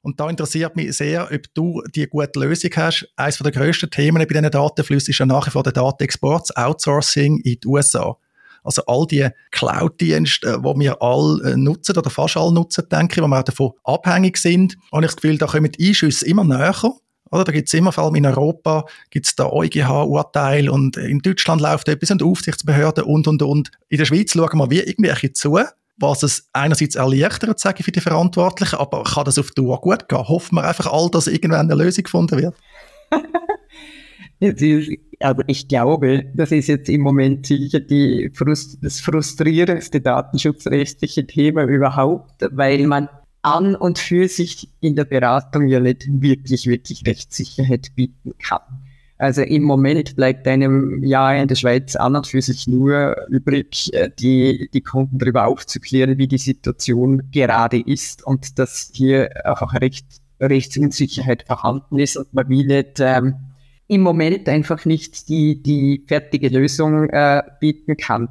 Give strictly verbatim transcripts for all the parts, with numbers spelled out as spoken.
Und da interessiert mich sehr, ob du die gute Lösung hast. Eines der grössten Themen bei diesen Datenflüssen ist ja nach wie vor der Datenexport, das Outsourcing in die U S A. Also all die Cloud-Dienste, die wir alle nutzen oder fast alle nutzen, denke ich, wo wir auch davon abhängig sind, habe ich das Gefühl, da kommen die Einschüsse immer näher. Oder? Da gibt es immer, vor allem in Europa, gibt es da EuGH-Urteile und in Deutschland läuft etwas und Aufsichtsbehörden und, und, und. In der Schweiz schauen wir wie irgendwie ein bisschen zu, was es einerseits erleichtert, sage ich, für die Verantwortlichen, aber kann das auf Dauer gut gehen? Hoffen wir einfach all, dass irgendwann eine Lösung gefunden wird? Aber ich glaube, das ist jetzt im Moment sicher die Frust- das frustrierendste datenschutzrechtliche Thema überhaupt, weil man an und für sich in der Beratung ja nicht wirklich, wirklich Rechtssicherheit bieten kann. Also im Moment bleibt einem ja in der Schweiz an und für sich nur übrig, die, die Kunden darüber aufzuklären, wie die Situation gerade ist und dass hier einfach Recht, Rechtsunsicherheit vorhanden ist und man will nicht ähm, im Moment einfach nicht die, die fertige Lösung äh, bieten kann.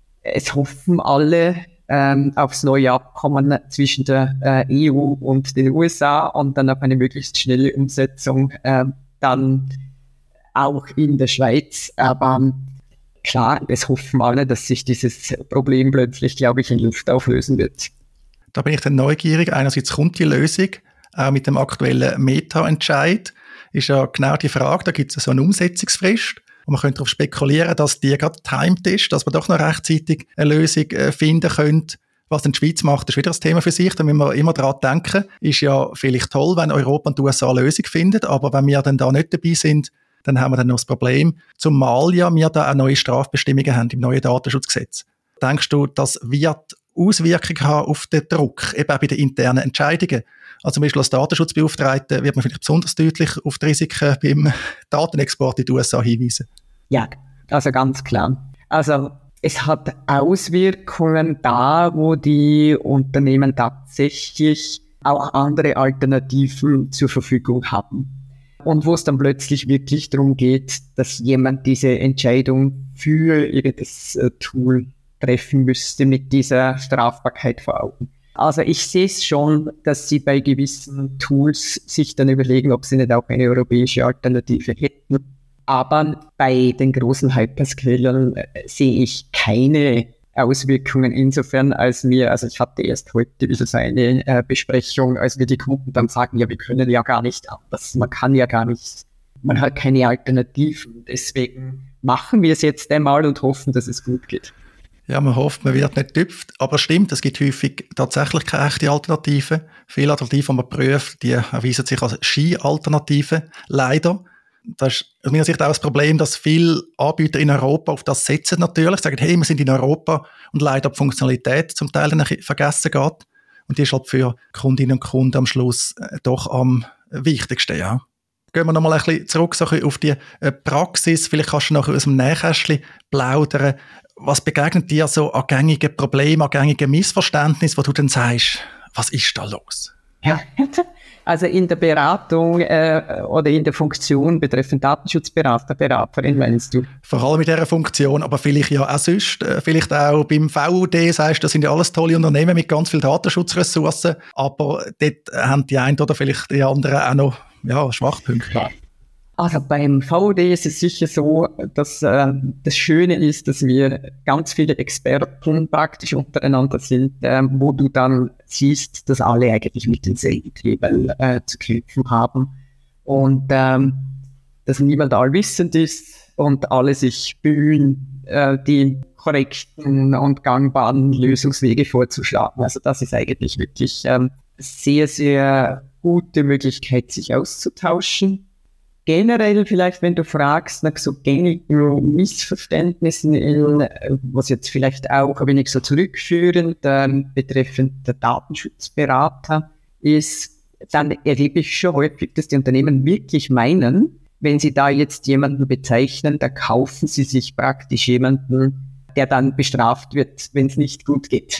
Es hoffen alle ähm, aufs neue Abkommen zwischen der äh, E U und den U S A und dann auf eine möglichst schnelle Umsetzung äh, dann auch in der Schweiz. Aber klar, es hoffen alle, dass sich dieses Problem plötzlich, glaube ich, in Luft auflösen wird. Da bin ich dann neugierig. Einerseits kommt die Lösung, auch mit dem aktuellen Meta-Entscheid. Ist ja genau die Frage, da gibt es so eine Umsetzungsfrist. Und man könnte darauf spekulieren, dass die gerade getimed ist, dass man doch noch rechtzeitig eine Lösung äh, finden könnte. Was denn die Schweiz macht, ist wieder ein Thema für sich. Da müssen wir immer daran denken. Ist ja vielleicht toll, wenn Europa und die U S A eine Lösung finden, aber wenn wir dann da nicht dabei sind, dann haben wir dann noch das Problem. Zumal ja wir da auch neue Strafbestimmungen haben im neuen Datenschutzgesetz. Denkst du, das wird Auswirkungen haben auf den Druck, eben auch bei den internen Entscheidungen? Also zum Beispiel als Datenschutzbeauftragter wird man vielleicht besonders deutlich auf die Risiken beim Datenexport in die U S A hinweisen. Ja, also ganz klar. Also es hat Auswirkungen da, wo die Unternehmen tatsächlich auch andere Alternativen zur Verfügung haben. Und wo es dann plötzlich wirklich darum geht, dass jemand diese Entscheidung für irgendein Tool treffen müsste mit dieser Strafbarkeit vor Augen. Also ich sehe es schon, dass sie bei gewissen Tools sich dann überlegen, ob sie nicht auch eine europäische Alternative hätten. Aber bei den großen Hyperscalern äh, sehe ich keine Auswirkungen insofern, als mir, also ich hatte erst heute wieder so eine äh, Besprechung, als wir die Kunden dann sagen, ja, wir können ja gar nicht anders, man kann ja gar nicht, man hat keine Alternativen. Deswegen machen wir es jetzt einmal und hoffen, dass es gut geht. Ja, man hofft, man wird nicht getüpft, aber stimmt, es gibt häufig tatsächlich keine echte Alternative. Viele Alternativen, die man prüft, die erweisen sich als Ski-Alternativen, leider. Das ist aus meiner Sicht auch das Problem, dass viele Anbieter in Europa auf das setzen natürlich, sagen, hey, wir sind in Europa und leider die Funktionalität zum Teil dann vergessen geht. Und die ist halt für Kundinnen und Kunden am Schluss doch am wichtigsten, ja. Gehen wir nochmal ein bisschen zurück so ein bisschen auf die Praxis. Vielleicht kannst du noch aus dem Nähkästchen plaudern. Was begegnet dir so an gängigen Problemen, an gängigen Missverständnissen, wo du dann sagst, was ist da los? Ja, also in der Beratung äh, oder in der Funktion betreffend Datenschutzberater, Beraterin, meinst du? Vor allem in dieser Funktion, aber vielleicht ja auch sonst, äh, vielleicht auch beim V U D, sagst du, das sind ja alles tolle Unternehmen mit ganz vielen Datenschutzressourcen, aber dort haben die einen oder vielleicht die anderen auch noch ja, Schwachpunkte. Ja. Also beim V U D ist es sicher so, dass äh, das Schöne ist, dass wir ganz viele Experten praktisch untereinander sind, äh, wo du dann siehst, dass alle eigentlich mit denselben Themen äh, zu kämpfen haben und ähm, dass niemand allwissend ist und alle sich bemühen, äh, die korrekten und gangbaren Lösungswege vorzuschlagen. Also das ist eigentlich wirklich ähm, sehr, sehr gute Möglichkeit, sich auszutauschen. Generell vielleicht, wenn du fragst, nach so gängigen Missverständnissen, in, was jetzt vielleicht auch ein wenig so zurückführend ähm, betreffend der Datenschutzberater ist, dann erlebe ich schon häufig, dass die Unternehmen wirklich meinen, wenn sie da jetzt jemanden bezeichnen, da kaufen sie sich praktisch jemanden, der dann bestraft wird, wenn es nicht gut geht.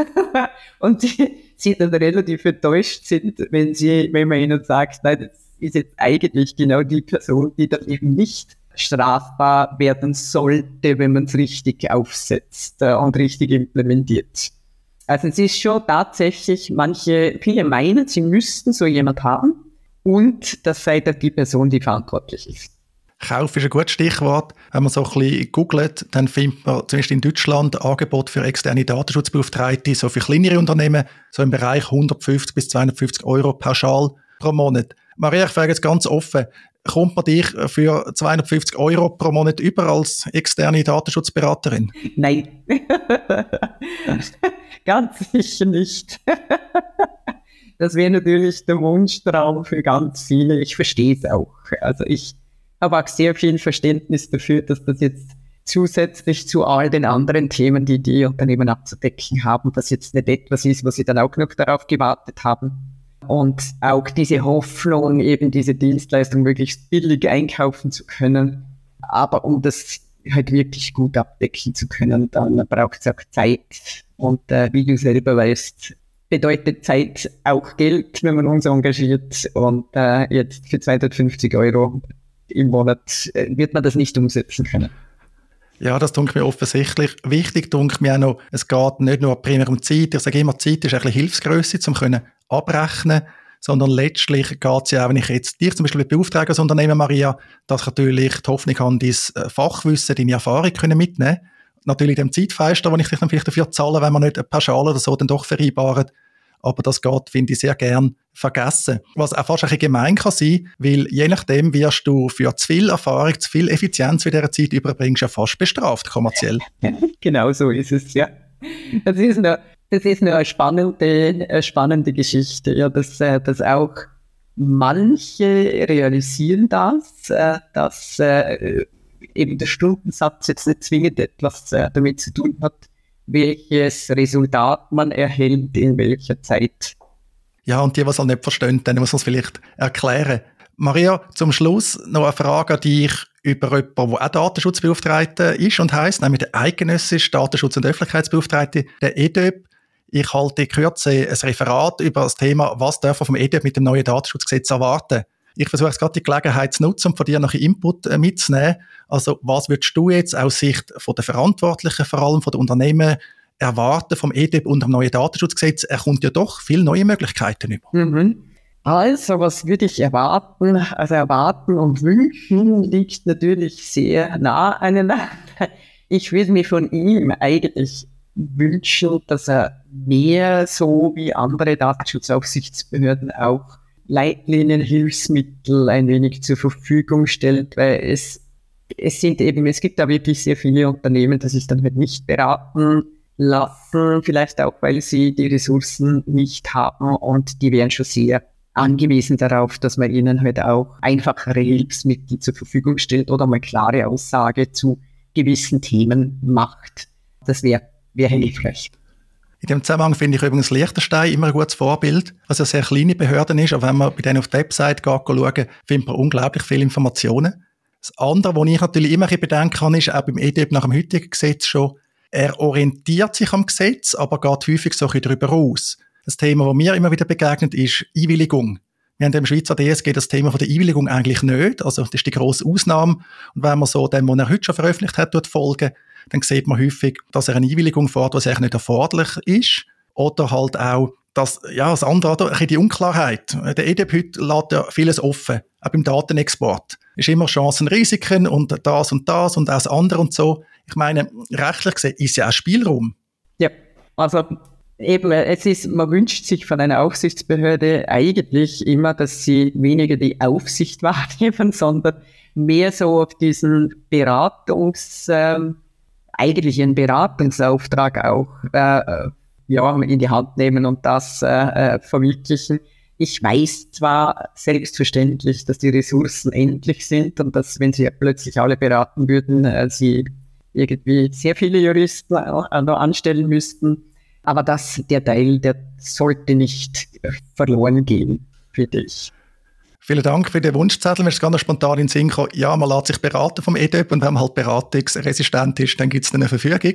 Und sie, sie dann relativ enttäuscht sind, wenn sie, wenn man ihnen sagt, nein, das ist jetzt eigentlich genau die Person, die dann eben nicht strafbar werden sollte, wenn man es richtig aufsetzt äh, und richtig implementiert. Also es ist schon tatsächlich, manche, viele meinen, sie müssten so jemand haben und das sei dann die Person, die verantwortlich ist. Kauf ist ein gutes Stichwort. Wenn man so ein bisschen googelt, dann findet man zumindest in Deutschland Angebot für externe Datenschutzbeauftragte, so für kleinere Unternehmen, so im Bereich hundertfünfzig bis zweihundertfünfzig Euro pauschal pro Monat. Maria, ich frage jetzt ganz offen, kommt man dich für zweihundertfünfzig Euro pro Monat über als externe Datenschutzberaterin? Nein, ganz sicher nicht. Das wäre natürlich der Wunschtraum für ganz viele. Ich verstehe es auch. Also ich habe auch sehr viel Verständnis dafür, dass das jetzt zusätzlich zu all den anderen Themen, die die Unternehmen abzudecken haben, das jetzt nicht etwas ist, was sie dann auch noch darauf gewartet haben. Und auch diese Hoffnung, eben diese Dienstleistung möglichst billig einkaufen zu können. Aber um das halt wirklich gut abdecken zu können, dann braucht es auch Zeit. Und äh, wie du selber weißt, bedeutet Zeit auch Geld, wenn man uns engagiert. Und äh, jetzt für zweihundertfünfzig Euro im Monat äh, wird man das nicht umsetzen können. Ja, das denke mir offensichtlich. Wichtig denke mir auch noch, es geht nicht nur primär um Zeit. Ich sage immer, Zeit ist ein bisschen Hilfsgrösse, um können abrechnen, sondern letztlich geht es ja auch, wenn ich jetzt dich zum Beispiel beauftrage als Unternehmen, Maria, dass ich natürlich die Hoffnung habe, dein Fachwissen, deine Erfahrung können mitnehmen. Natürlich dem Zeitfenster, wo ich dich dann vielleicht dafür zahle, wenn man nicht eine Pauschale oder so dann doch vereinbaren. Aber das geht, finde ich, sehr gern vergessen. Was auch fast ein bisschen gemein kann sein, weil je nachdem wirst du für zu viel Erfahrung, zu viel Effizienz in dieser Zeit überbringst, ja fast bestraft, kommerziell. Genau so ist es, ja. Das ist eine, das ist eine spannende, eine spannende Geschichte, ja, dass, dass auch manche realisieren das, dass eben der Stundensatz jetzt nicht zwingend etwas damit zu tun hat, welches Resultat man erhält, in welcher Zeit. Ja, und die, die es halt nicht verstehen, dann muss man es vielleicht erklären. Maria, zum Schluss noch eine Frage an dich über jemanden, der auch Datenschutzbeauftragte ist und heisst, nämlich der eidgenössische Datenschutz- und Öffentlichkeitsbeauftragte, der E D Ö B. Ich halte in Kürze ein Referat über das Thema, was darf man vom E D Ö B mit dem neuen Datenschutzgesetz erwarten. Ich versuche jetzt gerade die Gelegenheit zu nutzen, um von dir noch einen Input äh, mitzunehmen. Also, was würdest du jetzt aus Sicht von der Verantwortlichen, vor allem von den Unternehmen, erwarten vom E D Ö B unter dem neuen Datenschutzgesetz? Er kommt ja doch viele neue Möglichkeiten über. Mhm. Also, was würde ich erwarten? Also, erwarten und wünschen liegt natürlich sehr nah aneinander. Ich würde mir von ihm eigentlich wünschen, dass er mehr so wie andere Datenschutzaufsichtsbehörden auch Leitlinien, Hilfsmittel ein wenig zur Verfügung stellt, weil es, es sind eben, es gibt da wirklich sehr viele Unternehmen, die sich dann halt nicht beraten lassen, vielleicht auch, weil sie die Ressourcen nicht haben und die wären schon sehr angewiesen darauf, dass man ihnen halt auch einfachere Hilfsmittel zur Verfügung stellt oder mal klare Aussage zu gewissen Themen macht. Das wäre wär hilfreich. In dem Zusammenhang finde ich übrigens Liechtenstein immer ein gutes Vorbild, was ja sehr kleine Behörden ist, aber wenn man bei denen auf die Website geht, schauen, findet man unglaublich viele Informationen. Das andere, was ich natürlich immer bedenken kann, ist auch beim E D Ö B nach dem heutigen Gesetz schon, er orientiert sich am Gesetz, aber geht häufig so ein bisschen darüber raus. Das Thema, das mir immer wieder begegnet, ist Einwilligung. Wir haben im Schweizer D S G das Thema von der Einwilligung eigentlich nicht, also das ist die grosse Ausnahme. Und wenn man so dem, was er heute schon veröffentlicht hat, dort folgen, dann sieht man häufig, dass er eine Einwilligung fordert, was eigentlich nicht erforderlich ist. Oder halt auch, dass, ja, das andere, ein bisschen die Unklarheit. Der E D Ö B heute lässt ja vieles offen, auch beim Datenexport. Es ist immer Chancen, Risiken und das und das und auch das andere und so. Ich meine, rechtlich gesehen ist ja auch Spielraum. Ja, also eben, es ist, man wünscht sich von einer Aufsichtsbehörde eigentlich immer, dass sie weniger die Aufsicht wahrnehmen, sondern mehr so auf diesen Beratungs, ähm, eigentlich einen Beratungsauftrag auch äh, ja, in die Hand nehmen und das äh, verwirklichen. Ich weiß zwar selbstverständlich, dass die Ressourcen endlich sind und dass, wenn sie plötzlich alle beraten würden, äh, sie irgendwie sehr viele Juristen äh, noch anstellen müssten, aber das, der Teil, der sollte nicht verloren gehen, finde ich. Vielen Dank für den Wunschzettel. Mir ist ganz spontan in den Sinn gekommen, ja, man lässt sich beraten vom E D Ö B und wenn man halt beratungsresistent ist, dann gibt es eine Verfügung.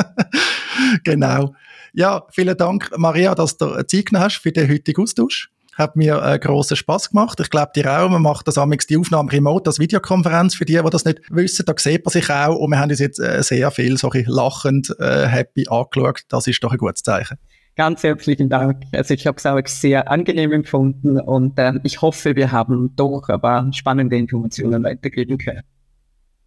Genau. Ja, vielen Dank, Maria, dass du Zeit genommen hast für den heutigen Austausch. Hat mir äh, grossen Spass gemacht. Ich glaube, die auch, man macht das amigs die Aufnahme remote als Videokonferenz für die, die das nicht wissen. Da sieht man sich auch und wir haben uns jetzt äh, sehr viel so ein lachend, äh, happy angeschaut. Das ist doch ein gutes Zeichen. Ganz herzlichen Dank. Also ich habe es auch sehr angenehm empfunden und äh, ich hoffe, wir haben doch aber spannende Informationen weitergeben können.